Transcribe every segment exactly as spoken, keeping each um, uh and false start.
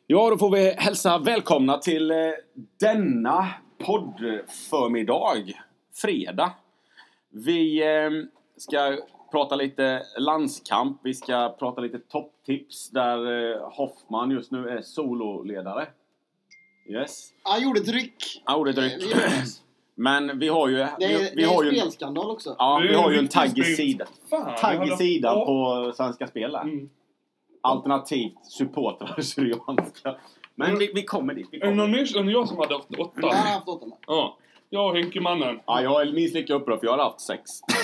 Ja, då får vi hälsa välkomna till eh, denna poddförmiddag, fredag. Vi eh, ska prata lite landskamp, vi ska prata lite topptips där eh, Hoffman just nu är sololedare. Yes. Han gjorde ett ryck. Han gjorde ett ryck. Men vi har ju... Det är, vi, vi det är har en ju spelskandal också. Ja, vi har ju en tagg i spel. sidan. Fan, Tagg i hade... sidan ja. på Svenska Spel där. Mm. Alternativt supportrar syrianska. Men vi, vi kommer dit. Vi Är det kommer någon dit. mer än jag som hade haft åtta? Jag har haft åtta med. Ja. Jag och Henke-mannen. Ja, jag är minst lika upprörd för jag har haft sex.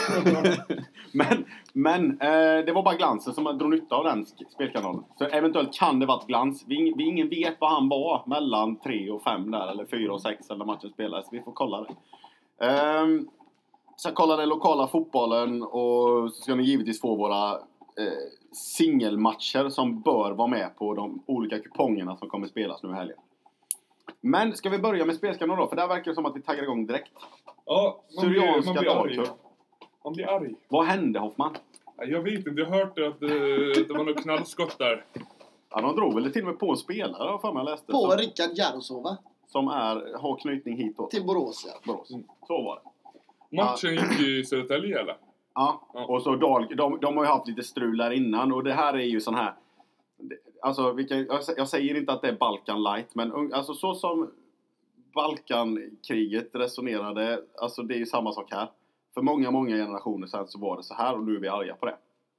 men men eh, det var bara Glansen som drog nytta av den spelkanalen. Så eventuellt kan det varit Glans. Vi, vi ingen vet vad han var mellan tre och fem där. Eller fyra och sex eller matchen spelades. Vi får kolla det. Um, så jag kollade den lokala fotbollen. Och så ska ni givetvis få våra eh, singelmatcher som bör vara med på de olika kupongerna som kommer spelas nu i helgen. Men ska vi börja med spelskandal då? För där verkar det som att vi taggar igång direkt. Ja, man blir, man Syrianska blir arg. Dalkurd. Man blir arg. Vad hände, Hoffman? Ja, jag vet inte, jag har hört att, uh, att det var något knallskott där. Ja, de drog väl till och med på en spelare, har för mig jag läste. På Som, Rickard Jarosova. som är, har knytning hitåt. Till Borås, ja. Borås. Så var det. Matchen gick i Södertälje, eller? Ja, Ja. och så Dal, de, de har ju haft lite strul där innan. Och det här är ju sån här... Alltså, vi kan, jag säger inte att det är Balkan light. Men alltså så som Balkankriget resonerade. Alltså det är ju samma sak här. För många, många generationer sedan så var det så här. Och nu är vi arga på det.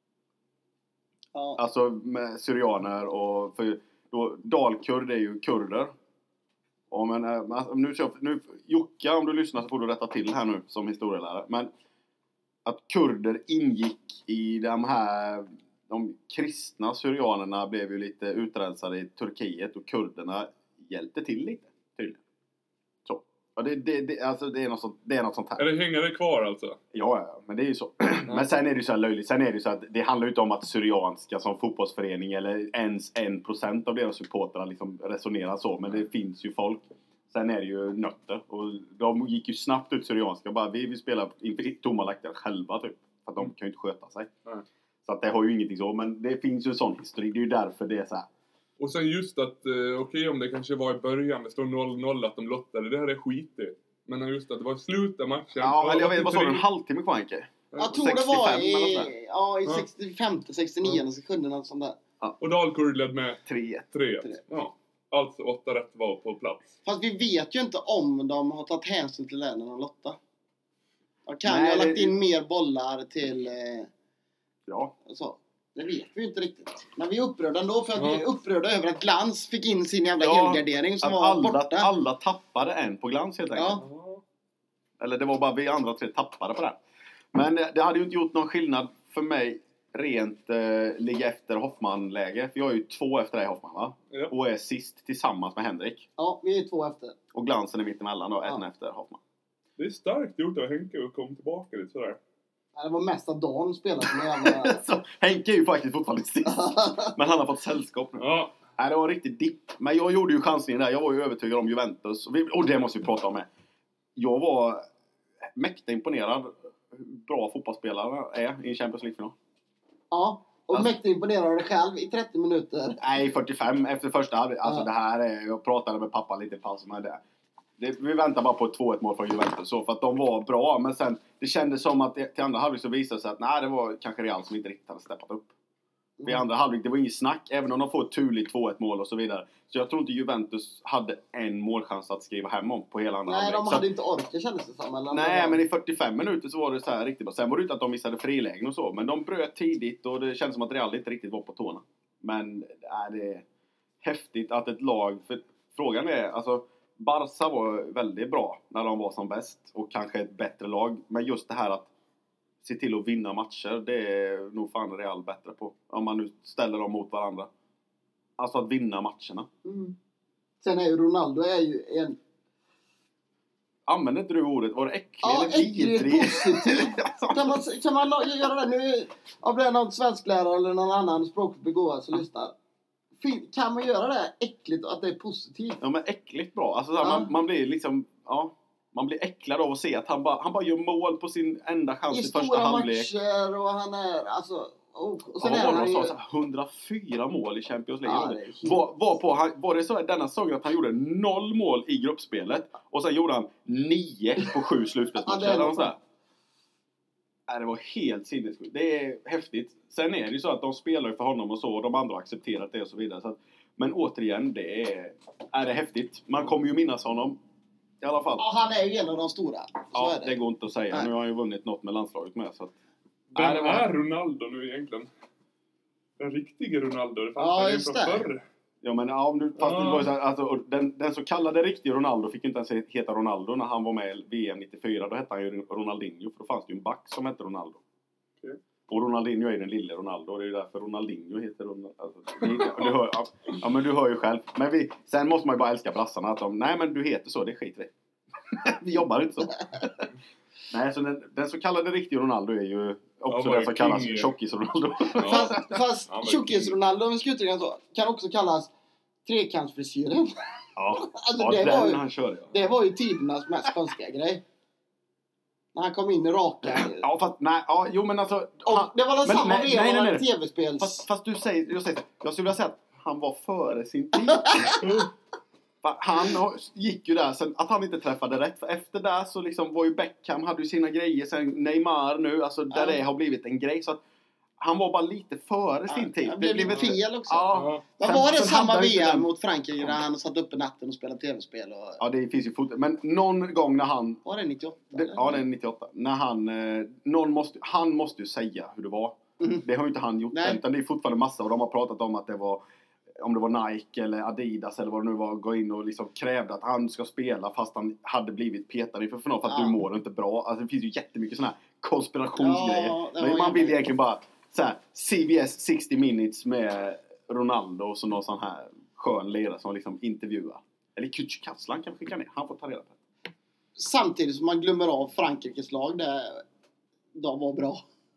Ja. Alltså med syrianer och... För då, dalkurd är ju kurder. Ja, men, äh, nu, nu, Jocka, om du lyssnar så får du rätta till här nu som historielärare. Men att kurder ingick i de här... De kristna syrianerna blev ju lite utrensade i Turkiet. Och kurderna hjälpte till lite, tydligen. Så. Och det, det, det, alltså, det, är något sånt, det är något sånt här. Är det hänger det kvar alltså? Ja, ja, men det är ju så. Men sen är det ju så här löjligt. Sen är det ju så att det handlar ju inte om att syrianska som fotbollsförening eller ens en procent av deras supportrar liksom resonerar så. Men det finns ju folk. Sen är det ju nötter. Och de gick ju snabbt ut syrianska. Bara vi vill spela inför tomma läktare själva typ. För att de kan ju inte sköta sig. Nej. Så att det har ju ingenting så. Men det finns ju en sån historik. Det är ju därför det är så här. Och sen just att, eh, okej okay, om det kanske var i början, det står noll noll att de lottade, det här är skitigt. Men just att det var slut av matchen. Ja, eller jag vet, vad sa du? En tre halvtimme kvar, Henke? Jag tror det var i, eller ja, i Ja. sextiofem sextionio sekunder något sånt där. Och Dalkurd led med tre ett. tre ett. Tre. Ja. Alltså åtta rätt var på plats. Fast vi vet ju inte om de har tagit hänsyn till det när de lottar. De kan Nej, ju ha det- lagt in mer bollar till... Eh, Ja. så. Det vet vi ju inte riktigt. Men vi är upprörda ändå för att Ja. vi är upprörda över att Glans fick in sin jävla Ja, helgardering som Att var alla, borta. alla tappade en på Glans helt enkelt. Ja. Eller det var bara vi andra tre tappade på det. Men det hade ju inte gjort någon skillnad för mig rent eh, ligga efter Hoffman-läge. För jag är ju två efter dig Hoffman, va? Ja. Och är sist tillsammans med Henrik. Ja, vi är två efter. Och Glansen är mittemellan då, Ja. en efter Hoffman. Det är starkt gjort av Henke att komma tillbaka lite sådär. Ja, det var mest att Dan spelade som en jävla... Så Henke är ju faktiskt fortfarande sist. Men han har fått sällskap nu. Ja. Nej, det var en riktig dipp. Men jag gjorde ju chansningen där. Jag var ju övertygad om Juventus. Och, vi, och det måste vi prata om med. Jag var mäktigt imponerad hur bra fotbollsspelare är i Champions League-final. Ja, och Alltså- mäktigt imponerad av dig själv i trettio minuter. Nej, fyrtiofem efter första halvlek. Alltså Ja. det här är... Jag pratade med pappa lite i pausen med det. det. Vi väntar bara på ett två ett mål från Juventus. Så för att de var bra. Men sen, det kändes som att det, till andra halvlek så visade sig att nej, det var kanske Real som inte riktigt hade steppat upp. Mm. Vid andra halvlek, det var inget snack. Även om de får ett turligt två ett mål och så vidare. Så jag tror inte Juventus hade en målchans att skriva hem om på hela andra Nej, halvlek. de Så hade att- inte orkat kändes det som. Eller Nej, men i fyrtiofem minuter så var det så här riktigt bra. Sen var det inte att de missade frilägen och så. Men de bröt tidigt och det kändes som att Real inte riktigt var på tårna. Men är det är häftigt att ett lag... För frågan är, alltså... Barca var väldigt bra när de var som bäst. Och kanske ett bättre lag. Men just det här att se till att vinna matcher. Det är nog fan Real bättre på. Om man nu ställer dem mot varandra. Alltså att vinna matcherna. Mm. Sen är ju Ronaldo är ju en... Använder inte du ordet? Var det äcklig Ja, eller äckligt vidrig? positivt. Kan man, kan man la- göra det nu? Om det är någon svensklärare eller någon annan språkbegåvad som lyssnar. Fin- Kan man göra det äckligt och att det är positivt? Ja, men äckligt bra. Alltså, så här, Ja. man, man blir liksom... Ja, man blir äcklad av att se att han bara, han bara gör mål på sin enda chans I i första stora halvlek. matcher och han är... Alltså, Och, och Ja, sen vad är var det han de ju... sa? Så här, hundrafyra mål i Champions League. Ja, det är helt- var, var, på, han, var det så att denna säsongen att han gjorde noll mål i gruppspelet och sen gjorde han nio på sju slutspelsmatcher? Ja, det är eller nog något sånt där. Nej, det var helt sinnessjukt. Det är häftigt. Sen är det ju så att de spelar ju för honom och så och de andra har accepterat det och så vidare. Så att, men återigen, det är, är det häftigt. Man kommer ju minnas honom. I alla fall. Ja, han är ju en av de stora. Så Ja, är det. det går inte att säga. Nej. Nu har han ju vunnit något med landslaget med. Så att, Vem Nej, det var- är Ronaldo nu egentligen? Den riktiga Ronaldo. Det fanns Ja, väl en just från det. förr. Ja, men ja, om du, fast det Ja. var ju så här, alltså, och den, den så kallade riktiga Ronaldo fick ju inte ens heta Ronaldo när han var med i V M nittiofyra. Då hette han ju Ronaldinho, för då fanns det ju en back som hette Ronaldo. Okej. Och Ronaldinho är den lille Ronaldo, och det är ju därför Ronaldinho heter Ronaldo. Alltså, det, du hör, ja, ja, men du hör ju själv. Men vi, sen måste man ju bara älska brassarna. Att de, nej, men du heter så, det skiter vi. Vi jobbar inte så. Nej, så den, den så kallade riktiga Ronaldo är ju också var den ju som kallas king, ja. Tjockis-Ronaldo. Ja. Fast, fast Han var Tjockis-Ronaldo, om vi ska uttrycka det så, kan också kallas trekantsfrisyren. Ja, Alltså, ja det, den var ju, han körde. Ja. det var ju tidernas mest konstiga grej. När han kom in i raka. Ja, fast nej, ja, jo men alltså... Och han, det var väl men samma nej, nej, nej, veva nej. tv-spels... fast, fast du säger, jag säger, jag skulle vilja säga att han var före sin tid. För han har- gick ju där, sen att han inte träffade rätt. För efter där så liksom var ju Beckham, hade ju sina grejer, sen Neymar nu, alltså där Ja. det har blivit en grej. Så att han var bara lite före sin tid. Det blev lite ett- fel också. Ja. Ja. Men Sen- var det sen samma hade han inte V M den- mot Frankrike där han satt uppe natten och spelade tv-spel? Och... Ja, det finns ju fot. Men någon gång när han... Var det nittioåtta? Det, eller? ja, det är nittioåtta. När han... Eh, någon måste, han måste ju säga hur det var. Mhm. Det har ju inte han gjort. Nej. Utan det är fortfarande massa. Och de har pratat om att det var... Om det var Nike eller Adidas eller vad det nu var. Gå in och liksom krävde att han ska spela fast han hade blivit petad inför final. För att Ja. du mår inte bra. Alltså det finns ju jättemycket sådana här konspirationsgrejer. Ja, det Men var man vill jävligt. egentligen bara... Så här, C B S sextio minutes med Ronaldo och så någon sån här skön ledare som liksom intervjuar. Eller Kücükaslan kan skicka ner. Han får ta reda på det. Samtidigt som man glömmer av Frankrikes lag där de var bra.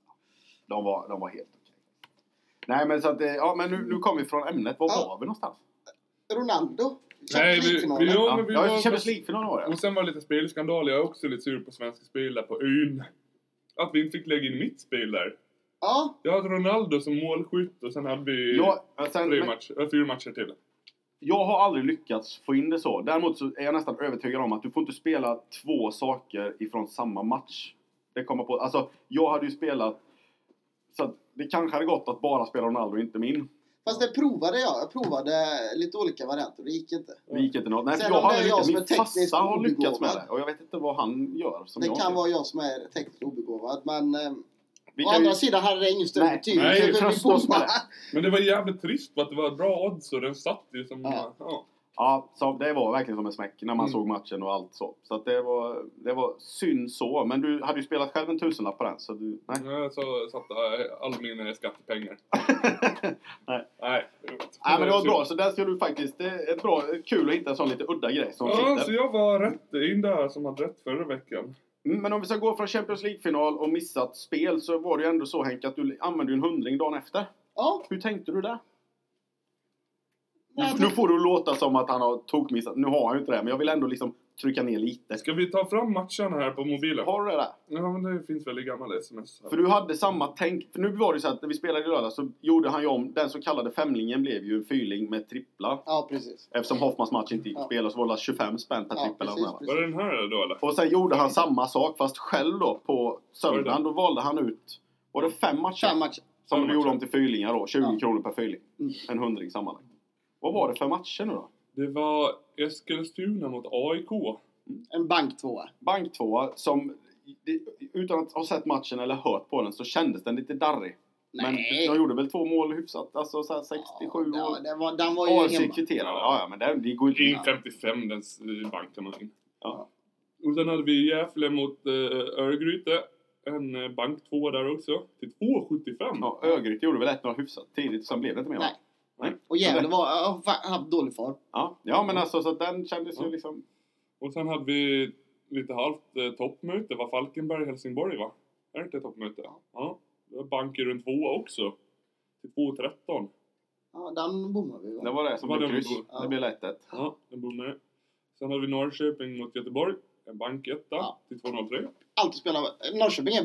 De var, de var helt okej. Nej, men så att, eh, ja, men nu, nu kommer vi från ämnet. Var Ja. var vi någonstans? Ronaldo. Nej, vi, vi, Champions ja, Ja, men vi ja, var... Champions League-finalen var det. Och sen var det lite spelskandal. Jag är också lite sur på Svenska Spel där på ön. Att vi inte fick lägga in mitt spel där. Ja, Jag hade Ronaldo som målskytt och sen hade vi Ja, sen, tre men, match, äh, fyra matcher till. jag har aldrig lyckats få in det så. Däremot så är jag nästan övertygad om att du får inte spela två saker ifrån samma match. Det kommer på. Alltså, jag hade ju spelat... Så att det kanske hade gått att bara spela Ronaldo och inte min. fast det provade jag. Jag provade lite olika varianter. Det gick inte. Det gick inte något. Nej, för Sen jag om har det är aldrig jag lyckats. som Min är tekniskt farsa har lyckats med obegåvad. det. Och jag vet inte vad han gör som Det jag kan gör. vara jag som är tekniskt obegåvad. Men eh, Vi å kan andra ju, sidan hade det ingen större Nej, betydelse. nej, för vi trösta oss med bommade. Men det var jävligt trist för att det var bra odds och den satt ju som... Ja. Ja. ja, så det var verkligen som en smäck när man Mm. såg matchen och allt så. Så att det var, det var synd så. Men du hade ju spelat själv en tusenlapp på den. Så du, nej. Ja, så satt äh, all mina skattepengar. Nej. Nej. Nej, men det var bra. Så där ska du faktiskt... Det är ett bra, kul att hitta en sån lite udda grej som Ja, sitter. så jag var rätt in där som hade rätt förra veckan. Mm, Men om vi ska gå från Champions League-final och missat spel så var det ju ändå så, Henke, att du använde ju en hundring dagen efter. Ja. Hur tänkte du där? Nu, Nej, jag nu tänkte- får du låta som att han har tokmissat. Nu har han ju inte det, men jag vill ändå liksom trycka ner lite. Ska vi ta fram matcherna här på mobilen? Har du det där? Ja, men det finns väl i gamla sms. Här. För du hade samma tänk. För nu var det så att när vi spelade i lördag så gjorde han ju om. Den så kallade femlingen blev ju en fyrling med tripplar. Ja, precis. Eftersom Hoffmans match inte gick att Ja. spela så var det tjugofem spänn per Ja, trippel. precis, eller vad det var. Var det den här då eller? Och sen gjorde han samma sak fast själv då på Var söndagen. det? Då valde han ut, var det fem matcher? Fem matcher. Som Fem du gjorde matcher. om till fyrlingar då. tjugo Ja. kronor per fyrling. Mm. En hundring sammanlagt. Vad var det för matcher nu då? Det var Eskilstuna mot A I K. En bank tvåa. Bank två som, det- utan att ha sett matchen eller hört på den så kändes den lite darrig. Men Nej. de gjorde väl två mål hyfsat. Alltså så här sextiosju Ja, och det var, den var ju A F C hemma. kvitterade. Ja, ja, men det, det går ju In inte. femtiofem, den eh, bankade man in. Ja. Och sen hade vi Gävle mot eh, Örgryte. En eh, bank två där också. Till två sjuttiofem. Ja, Örgryte gjorde väl ett några hyfsat tidigt, sen blev det inte mer. Nej. Nej. Och Gävle var, har fa- haft dålig form. Ja, ja men alltså så att den kändes ju Ja. liksom... Och sen hade vi lite halvt eh, toppmöte. Var Falkenberg-Helsingborg va? Är det inte ett toppmöte? Ja. Det var banker runt två också. Till två tretton. Ja, den bommade vi. Det Va? var det som Var blev det kryss. då? Det blev lätt ett. Ja, den bor med. Sen hade vi Norrköping mot Göteborg. En banketta Ja. till två noll tre. Alltid spela. Norrköping är bra.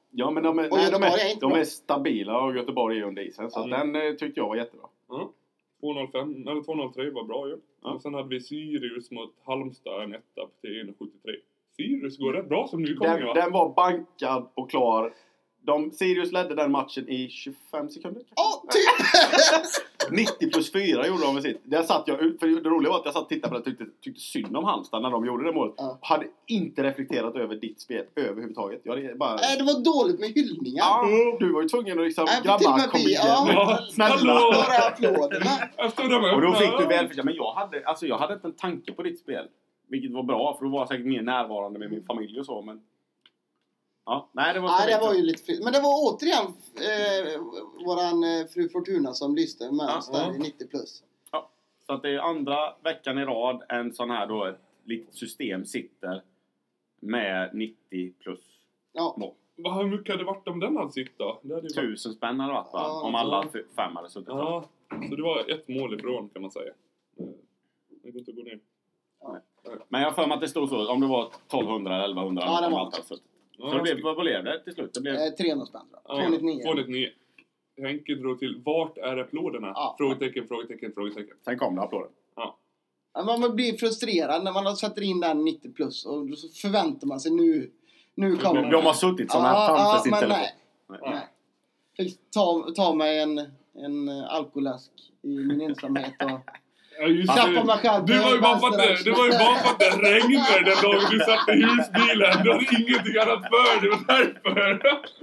Ja, men de är, Och nej, de Göteborg är är, inte de bra. är stabila och Göteborg är under isen. Så Mm. den eh, tyckte jag var jättebra. Ja. två noll fem, eller två noll tre var bra ju. Ja. Och sen hade vi Sirius mot Halmstad, en etta till en sjuttiotre. Sirius går rätt bra som nykomling, Den, va? den var bankad och klar. De, Sirius ledde den matchen i tjugofem sekunder. Ja, typ! nittio plus fyra gjorde de med sitt. Där satt jag ut, för det roliga var att jag satt och tittade på det och tyckte, tyckte synd om Halmstad när de gjorde det målet. Ja. Hade inte reflekterat över ditt spel överhuvudtaget. Jag hade bara... Nej, det var dåligt med hyllningar. Ja, du var ju tvungen att liksom, Nej, för till och grabbar med kom vi, igen. ja. Snälla. Hallå! Bara är applåderna. Jag stod där med Och då öppna fick du ögon. väl, men jag hade, alltså jag hade inte en tanke på ditt spel. Vilket var bra, för då var jag säkert mer närvarande med min familj och så, men... Ja, nej det var Nej, det direkt var så. ju lite fri. Men det var återigen eh, våran eh, fru Fortuna som lyste med oss Ja. där i nittio plus. Ja, så att det är andra veckan i rad en sån här då, ett litet system sitter med nittio plus Ja. mål. Vad hur mycket hade det varit om den hade sitt då? Det hade ju varit... Tusen spänn hade det varit va? Ja, Om ja. alla f- fem hade suttit. Ja, så det var ett mål ifrån kan man säga. Det går inte att gå ner. Men jag har för mig att det stod så, om det var tolvhundra eller elvahundra. Ja, det om var allt hade suttit. Ja, Så det blev, vad vad blev det till slut? Det blev... Eh, trehundra spänn tror jag. tvåhundranittionio. tvåhundranittionio. Henke drog till, vart är applåderna? Ja. Frågetecken, frågetecken, frågetecken. Sen kom det applåder. Ja, Man blir frustrerad när man sätter in den nittio plus och så förväntar man sig nu, nu kommer De har suttit sån här ja, framför ja, sin men telefon. nej. Nej. nej. Fick ta, ta mig en, en alkoläsk i min ensamhet och Ja, just Klappa det. mig själv på Det var ju bara för att det, vänster det var ju bara för att det regnade den dagen du satt i husbilen. Du hade ingenting annat för, det var därför.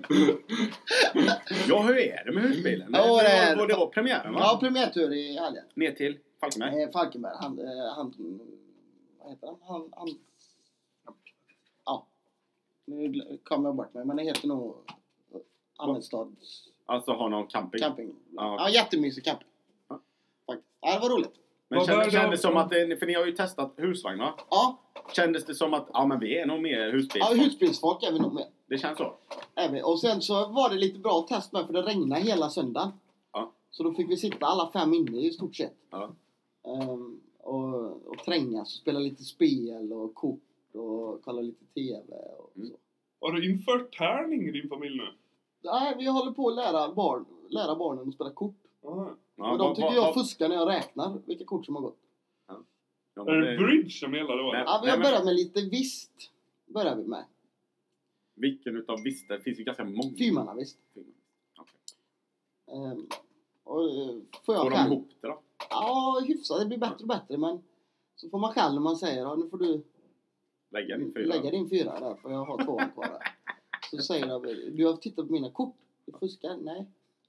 Ja, hur är det med husbilen? Ja, det är- det, var, det var premiären va? ja, premiärtur i helgen. Ner till Falkenberg. Eh, Falkenberg, han, eh, han, vad heter han? Han, han ja, nu gl- kommer jag bort mig, men det heter nog Annestads Alltså har någon camping. camping. Ja. Ja, jättemysig camping. Ja. Faktiskt. Ja, det var roligt. Men Vad kändes, var det kändes då? som att det, för ni har ju testat husvagn va? Ja, Kändes det som att ja men vi är nog mer husbil. ja husbilsfolk är vi nog med. Det känns så. Är vi. Och sen så var det lite bra test med för det regnade hela söndagen. Ja. Så då fick vi sitta alla fem inne i stort sett. Ja. Ehm, och, och trängas och spela lite spel och kort och kolla lite tv och Mm. så. Har du infört tärning i din familj nu? Nej, vi håller på att lära, barn, lära barnen att spela kort. Ah. Ja, och de vad- tycker vad- jag vad- fuskar när jag räknar vilka kort som har gått. ja, Är men det det- bridge som gäller då? Nej. eller? Ja, vi har men- börjat med lite visst. Börjar vi med. Vilken utav visst? Det finns ju ganska många. Fyrmanna visst. Okej. Ehm, och eh, får jag Får de själv. ihop det då? Ja, hyfsat. Det blir bättre och bättre. Men så får man själv när man säger ja, nu får du Lägga din fyra? lägga din fyra där för jag har två kvar där. Så säger jag, du har tittat på mina kort. Du fuskar? Nej.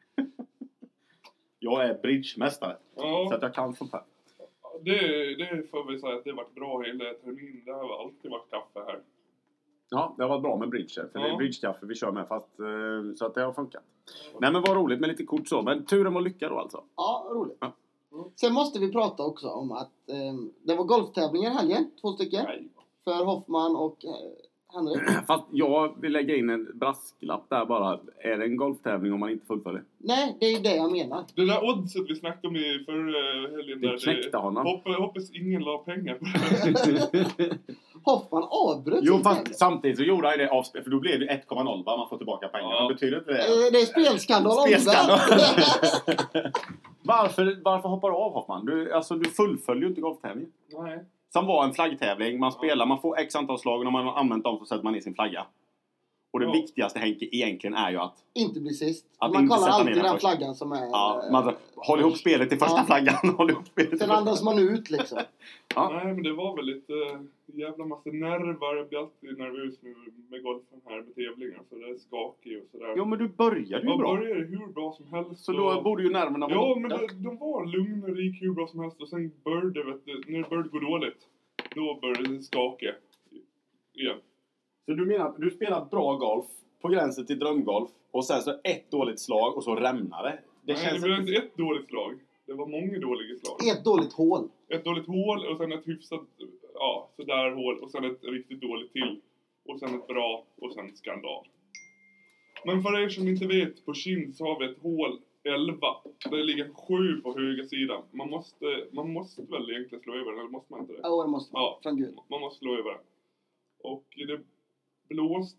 Jag är bridgemästare. Så Ja, att jag kan sånt här. det, det får vi säga att det har varit bra hela terminen. Det har alltid varit kaffe här. Ja, det har varit bra med bridge. För det är Ja. bridgekaffe vi kör med. Fast, eh, så att det har funkat. Nej men vad roligt med lite kort så. Men turen var lyckad då alltså. Ja, roligt. Ja. Sen måste vi prata också om att ehm, det var golftävlingar i helgen. Två stycken. Nej. För Hoffman och eh, Henrik. Fast jag vill lägga in en brasklapp där bara. Är det en golftävling om man inte fullföljer? Nej, det är det jag menar. Det där oddset vi snackade om i förra helgen. Det där, knäckte honom. Hopp, hoppas ingen la pengar på det. Hoffman avbröt Jo sin fast tävling. samtidigt så gjorde han det avspel. För då blev det ett komma noll va? Man får tillbaka pengar. Ja. Men betyder inte det? Eh, Det är spelskandal om Spelskandal. det. varför, varför hoppar du av Hoffman? Du, alltså, du fullföljer ju inte golftävlingen. Nej. Som var en flaggtävling. Man spelar, man får x antal slag och när man har använt dem så sätter man in sin flagga. Och det Ja. viktigaste Henke egentligen är ju att Inte bli sist. Att Man inte kollar sätta ner alltid den den först. flaggan som är... ja, eh, man håller ihop spelet till första Ja. flaggan. Håller ihop spelet till Sen första. andas man ut liksom. Ja. Nej, men det var väl lite äh, jävla massa nerver. Jag blir alltid nervös med, med golfen här med tävlingar. Så det är skakig och sådär. Jo men du började ju Man bra. började hur bra som helst. Så då och- borde ju nerverna vara Ja, borta. men det, de var lugna och gick hur bra som helst. Och sen började, vet du, när det började gå dåligt. Då började det skaka. Igen. Så du menar att du spelar bra golf på gränsen till drömgolf och sen så ett dåligt slag och så rämnar det. Det Nej, känns det var inte... inte ett dåligt slag. Det var många dåliga slag. Ett dåligt hål. Ett dåligt hål och sen ett hyfsat, ja, sådär hål. Och sen ett riktigt dåligt till. Och sen ett bra och sen skandal. Men för er som inte vet, på kind så har vi ett hål elva. Det ligger sju på höger sidan. Man måste, man måste väl egentligen slå över den, eller måste man inte det? Ja, det måste man. Ja. Från Gud. Man måste slå över den. Och det blåste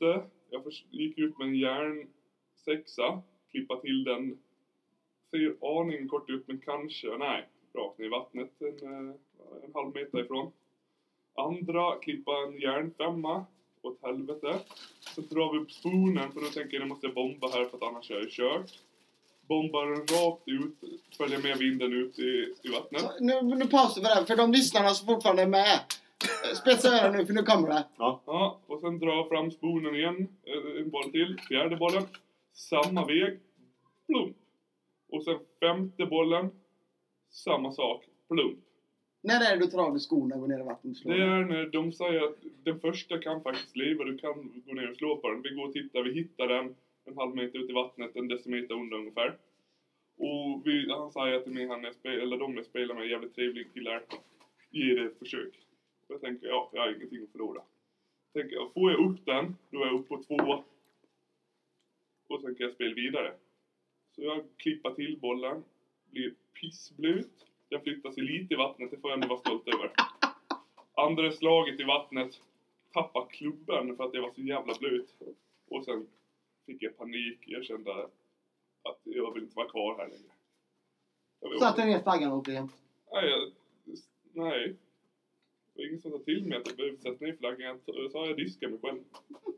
Jag förs- gick ut med en järn sexa, klippa till den. Ser aningen kort ut, men kanske, nej, rakt ner i vattnet en, eh, en halv meter ifrån. Andra, klippa en järnfemma åt helvete. Så drar vi upp spoonen, för då tänker jag att jag måste bomba här för att annars är jag kört. Bombar den rakt ut, följer med vinden ut i, i vattnet. Så, nu, nu pausar vi där, för de lyssnarna som fortfarande är med. Spetsa öronen nu, för nu kommer det. Ja. Ja, och sen dra fram spoonen igen, eh, en boll till, fjärde bollen. Samma väg, plump. Och sen femte bollen, samma sak, plump. När är det du tar av dig skorna och går ner i vattnet och slår? Det är när de säger att den första kan faktiskt leva, du kan gå ner och slå på den. Vi går och tittar, vi hittar den en halv meter ut i vattnet, en decimeter under ungefär. Och vi, han säger till mig, han är spel, eller de jag spelar med, jävligt trevlig killar. Ge det ett försök. Och jag tänker, ja, jag har ingenting att förlora. Tänker jag, får jag upp den, då är jag upp på två. Och sen kan jag spela vidare. Så jag klippar till bollen, blir pissblöt. Jag flyttar sig lite i vattnet, det får jag ändå vara stolt över. Andra slaget i vattnet, tappar klubben för att det var så jävla blöt. Och sen fick jag panik, jag kände att jag vill inte vara kvar här längre. Jag vill Satte ner flaggan och åkte hem. Nej, jag, nej. Det var ingen som sa till mig att jag behövde sätta ner flaggan. Jag sa jag diskar mig själv.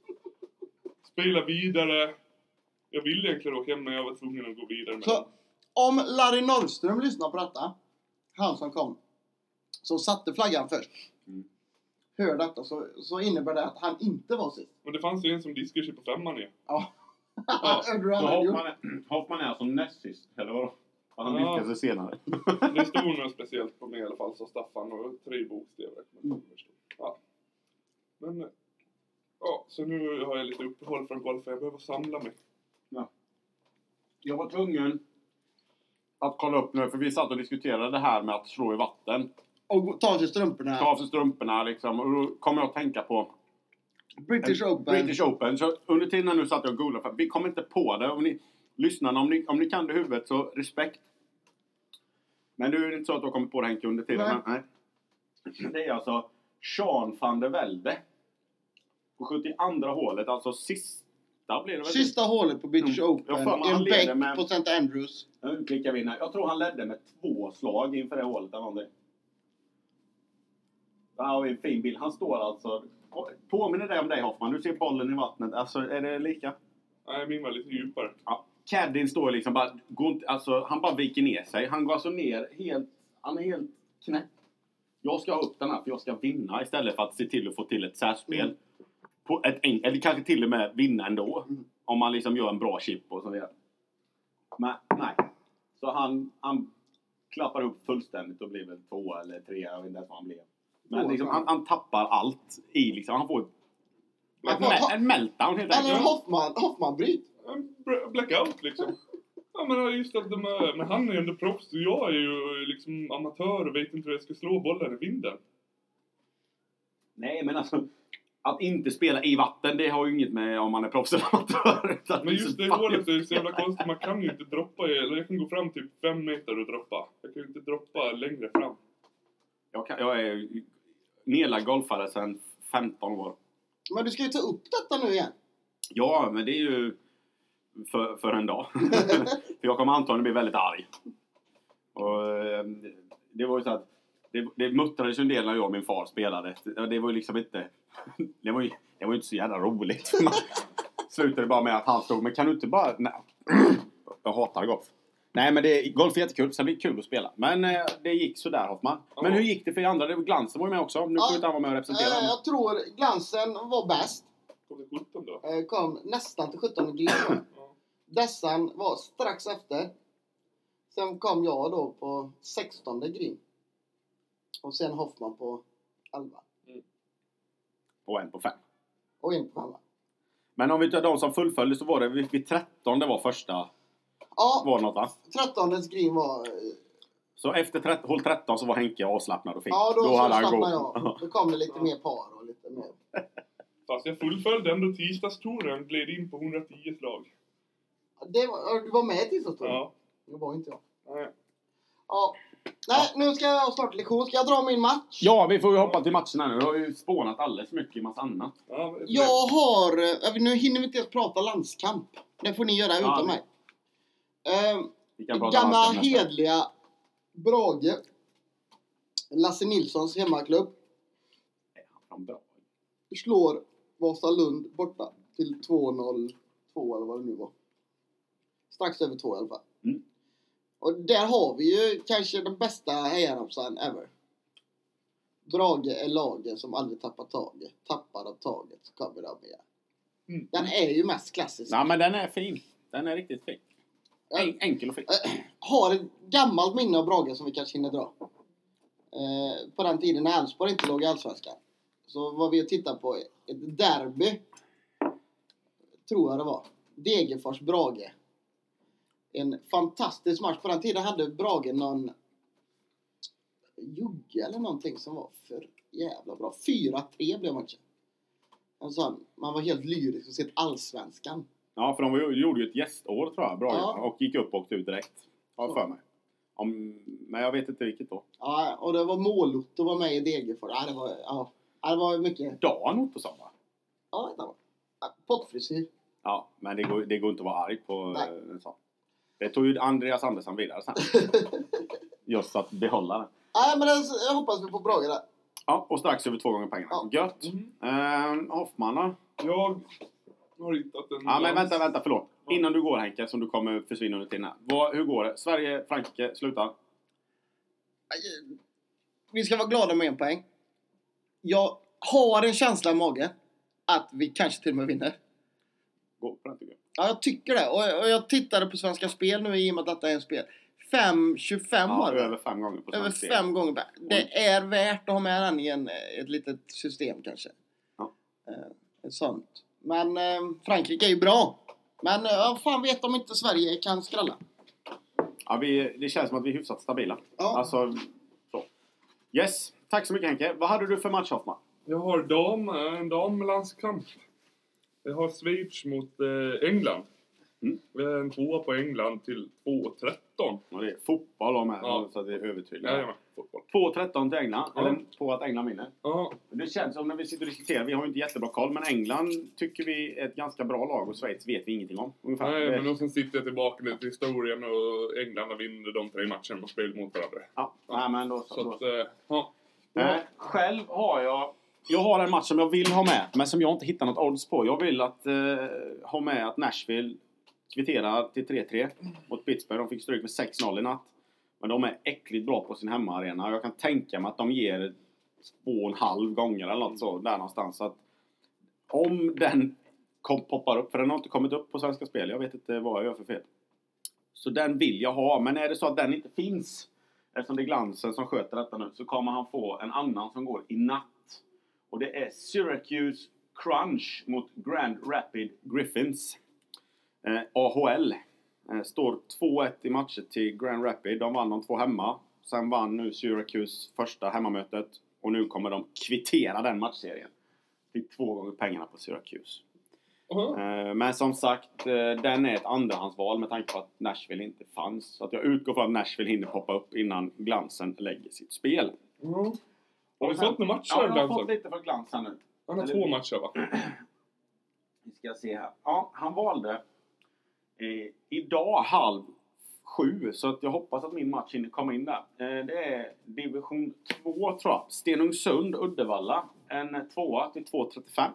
Spela vidare. Jag ville egentligen åka hem, men jag var tvungen att gå vidare med Så den. om Larry Norrström lyssnar på detta, han som kom, som satte flaggan först, Mm. hör detta, så, så innebär det att han inte var sist. Men det fanns ju en som diskade sig på femman ju. Ja. Ja. Hörde du vad Så han hade gjort? Hoffman är, Hoffman är som näst sist, eller vadå? Han Ja. lyckades senare. Det stod något speciellt på mig i alla fall, så Staffan, och tre bokstäver. Mm. Ja. Men, ja, så nu har jag lite uppehåll från golfen. Jag behöver samla mig. Jag var tvungen att kolla upp nu, för vi satt och diskuterade det här med att slå i vatten. Och ta av sig strumporna. Ta av sig strumporna liksom. Och då kommer jag att tänka på British Open. British Open. Så under tiden nu satt jag och googlade, för vi kom inte på det. Om ni lyssnar, om ni, om ni kan det i huvudet, så respekt. Men nu är det inte så att du har kommit på det, Henke, under tiden. Nej. Men, nej. Det är alltså Sean van der Velde. På sjuttioandra hålet, alltså sista blir det väl. Sista hålet på British Mm. Open. Jag får mig I en han leder bäck med- på Saint Andrews. Nu klickar vi in här. Jag tror han ledde med två slag inför det hålet eller någonting. Där har vi en fin bild. Han står alltså... Påminner det om dig, Hoffman? Du ser bollen i vattnet. Alltså, är det lika? Nej, min var lite djupare. Ja. Caddien står liksom bara... Går inte, alltså, han bara viker ner sig. Han går alltså ner helt... Han är helt knäpp. Jag ska ha upp den här för jag ska vinna istället för att se till att få till ett särspel. Mm. På ett, en- eller kanske till och med vinna ändå. Mm. Om man liksom gör en bra chip och så vidare. Men nej. Så han, han klappar upp fullständigt och blir väl två eller tre. Jag vet inte ens vad han blev. Men Två, liksom, fan. han, han tappar allt i liksom. Han får Han ett, får me- ta- en meltdown helt Eller en enkelt. Hoffman, Hoffman-bryt. En br- blackout liksom. Ja, men just att de är, men han är ju ändå proffs och jag är ju liksom amatör och vet inte hur jag ska slå bollen i vinden. Nej men alltså. Att inte spela i vatten, det har ju inget med om man är proffs eller amatör. Så att Men just det fan- hålet är så jävla konstigt. Man kan ju inte droppa i, eller jag kan gå fram typ fem meter och droppa. Jag kan ju inte droppa längre fram. Jag, kan, jag är nedlagd golfare sedan femton år. Men du ska ju ta upp detta nu igen. Ja, men det är ju för, för en dag. För jag kommer antagligen bli väldigt arg. Och eh, det var ju så att det, det muttrades ju en del när jag och min far spelade. Det, det var ju liksom inte... Det var ju, det var ju inte så jävla roligt. Man slutade bara med att han stod, men kan du inte bara... Nej. Jag hatar golf. Nej, men det, golf är jättekul, så det blir kul att spela. Men eh, det gick så där, Hoffman. Men Ja. hur gick det för andra? Det var Glansen var ju med också. Nu Ja. får inte han vara med och representera. Eh, jag tror Glansen var bäst. Kom det sjutton då? Eh, kom nästan till sjutton green. Ja. Dessan var strax efter. Sen kom jag då på sextonde green. Och sen Hoffman på elva. Och en på fem. Och en på femma. Men om vi tar de som fullföljde så var det vid, vid tretton, det var första. Ja, Var det något va? trettonde green var... eh, Så efter tretton, hål tretton så var Henke avslappnad och fick. Ja, då, så hade han slappnade gått. jag. Då kom det lite mer par och lite mer... Fast jag fullföljde ändå tisdagstouren, gled in på hundratio slag. Det var, du var med i tisdagstouren? Ja. Det var inte jag. Nej. Ja, Nej, nu ska jag ha snart lektion. Ska jag dra min match? Ja, vi får ju hoppa till matchen här nu. Du har ju spånat alldeles för mycket i massa annat. Ja, men- Jag har... eh, Nu hinner vi inte ens prata landskamp. Det får ni göra utan Ja, mig. Eh, Vi kan prata gamla landskamp nästa. hedliga Brage. Lasse Nilssons hemmaklubb. Är han fan bra? Slår Vasalund borta till två noll två eller vad det nu var. Strax över två i alla fall. Mm. Och där har vi ju kanske den bästa hejaramsan ever. Brage är laget som aldrig tappar taget. Tappar av taget så kommer de igen. Mm. Den är ju mest klassisk. Nej, men den är fin. Den är riktigt fin. En, enkel och fin. Har ett gammalt minne av Brage som vi kanske hinner dra. Eh, på den tiden när Elfsborg inte låg i Allsvenskan. Så var vi och tittade på ett derby. Tror jag det var. Degerfors-Brage. En fantastisk match. På den tiden hade Brage någon jugge eller någonting som var för jävla bra. fyra tre blev matchen. En sån, man var helt lyrisk och sett Allsvenskan. Ja, för de var ju- gjorde ju ett gästår tror jag. Bra. Ja. Och gick upp och åkte ut direkt. Ja, för mig. Om, men jag vet inte vilket då. Ja, och det var Målotto var med i Degerfors. Ja, det var, ja, det var mycket. Dan Ottosson va? Ja, det var. Ja, pottfrisyr. Ja, men det går, det går inte att vara arg på Nej. eh, en sån. Det tog ju Andreas Andersson vidare sen. Just att behålla den. Nej, men det, jag hoppas vi på Brage där. Ja, och strax över två gånger pengarna. Ja. Gött. Mm. Ehm, Hoffman då? Jag har hittat en... Ja, men lands- vänta, vänta, förlåt. Ja. Innan du går Henke, som du kommer försvinna under tiden här. Vad, hur går det? Sverige, Frankrike, slutar. Vi ska vara glada med en poäng. Jag har en känsla i magen att vi kanske till och med vinner. Gå på den tycker jag. Ja, jag tycker det. Och, och jag tittade på Svenska Spel nu i och med att detta är en spel. fem tjugofem Ja, var det. över fem gånger på Över svensk serie. fem gånger. Det är värt att ha med den i en, ett litet system kanske. Ja. Eh, ett sånt. Men eh, Frankrike är ju bra. Men eh, ja, fan vet om inte Sverige kan skrälla. Ja, vi, det känns som att vi är hyfsat stabila. Ja. Alltså, så. Yes, tack så mycket Henke. Vad hade du för match Hoffman? Jag har dam, en damlandskamp. Jag har Schweiz mot eh, England. Mm. Vi har en tvåa på England till två tretton. Och det är fotboll om här, Ja. så att det är övertydligt. Jajamän, fotboll. två tretton till England, Ja. eller på att England vinner. Ja, Det känns som när vi sitter och diskuterar, vi har ju inte jättebra koll, men England tycker vi är ett ganska bra lag och Schweiz vet vi ingenting om. Ungefär. nej, Det- men och sen sitter jag tillbaka lite i historien och England har vunnit de tre matcherna och spelat mot varandra. Ja, nej, men då, Så så, att, då. eh, ja. Eh, själv har jag Jag har en match som jag vill ha med, men som jag inte hittar något odds på. Jag vill att eh, ha med att Nashville kvitterar till tre tre mot Pittsburgh. De fick stryk med sex noll i natt. Men de är äckligt bra på sin hemmaarena. Jag kan tänka mig att de ger två och en halv gånger eller något så där någonstans. Så att om den kom, poppar upp, för den har inte kommit upp på Svenska Spel. Jag vet inte vad jag gör för fel. Så den vill jag ha. Men är det så att den inte finns, eftersom det är Glansen som sköter detta nu, så kommer han få en annan som går i natt. Och det är Syracuse Crunch mot Grand Rapid Griffins. Eh, A H L. Eh, står två ett i matcher till Grand Rapid. De vann de två hemma. Sen vann nu Syracuse första hemmamötet. Och nu kommer de kvittera den matchserien. Till två gånger pengarna på Syracuse. Uh-huh. Eh, men som sagt, eh, den är ett andrahandsval med tanke på att Nashville inte fanns. Så att jag utgår från att Nashville hinner poppa upp innan Glansen lägger sitt spel. Uh-huh. Har vi sen- fått några matcher Ja, av jag har Glansen? fått lite för Glansen nu. Han har eller- två matcher va? Vi ska se här. Ja, han valde eh, idag halv sju. Så att jag hoppas att min match hinner komma in där. Eh, det är division två tror jag. Stenungsund, Uddevalla. En tvåa till två trettiofem.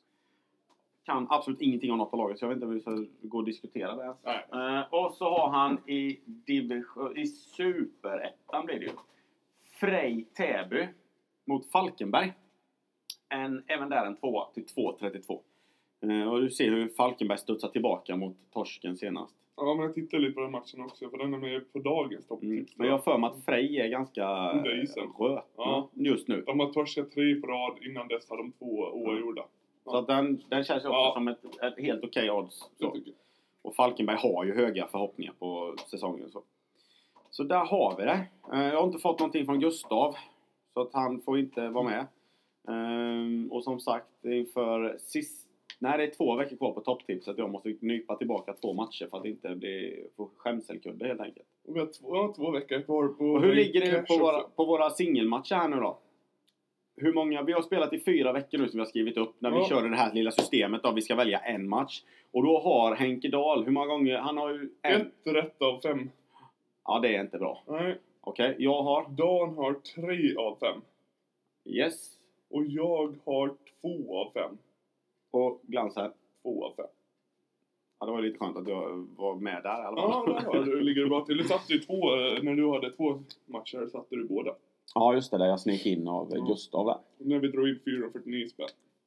Kan absolut ingenting om något av laget. Så jag vet inte om vi ska gå och diskutera det. Nej. Eh, och så har han i, division, i superettan blir det ju. Frej Täby mot Falkenberg. En, även där en tvåa till två trettiotvå. Eh, och du ser hur Falkenberg studsar tillbaka mot torsken senast. Ja, men jag tittar lite på den matchen också, för den är med på dagens topptips. Mm. Men jag har för mig att Frej är ganska Under isen. röt Ja. just nu. De har torskat tre på rad, innan dess har de två oavgjorda. Så att den, den känns ju också Ja. som ett, ett helt okej odds. Jag Så. tycker. Och Falkenberg har ju höga förhoppningar på säsongen. Så, så där har vi det. Eh, jag har inte fått någonting från Gustav. Så att han får inte vara med. Ehm, och som sagt, inför sist... Nej, det är två veckor kvar på topptips. Så att jag måste nypa tillbaka två matcher för att inte bli få skämselkudde helt enkelt. Och vi har två, ja, två veckor kvar på... Och hur ligger det på cash våra, också. på våra singelmatcher här nu då? Hur många, vi har spelat i fyra veckor nu som vi har skrivit upp när vi Ja. kör det här lilla systemet då vi ska välja en match. Och då har Henke Dahl, hur många gånger, han har ju en... Ett rätt av fem. Ja, det är inte bra. Nej. Okej, jag har... Dan har tre av fem. Yes. Och jag har två av fem. Och Glans här. Två av fem. Ja, det var lite skönt att jag var med där i alla Ja, fall. där har du. Ligger du bra till. Du satte ju två, eh, när du hade två matcher satte du båda. Ja, just det. Där jag snek in av Ja. Gustav där. När vi drog in fyrahundrafyrtionio spänn.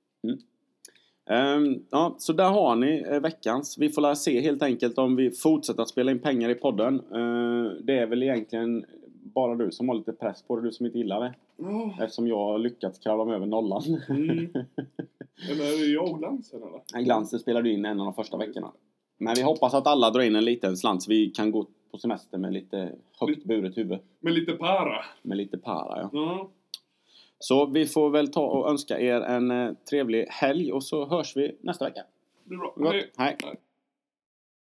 Um, ja, så där har ni eh, veckans. Vi får lära se helt enkelt om vi fortsätter att spela in pengar i podden. Uh, det är väl egentligen bara du som har lite press på det, du som inte gillar det. Ja. Eftersom jag har lyckats kravla mig över nollan. Mm. Eller är det jag och Glansen eller? En Glansen spelade in en av de första veckorna. Men vi hoppas att alla drar in en liten slant så vi kan gå på semester med lite högt buret huvud. Med lite para. Med lite para, ja. Ja. Så vi får väl ta och önska er en eh, trevlig helg och så hörs vi nästa vecka. Det blir bra. Gott. Hej. Hej. Hej.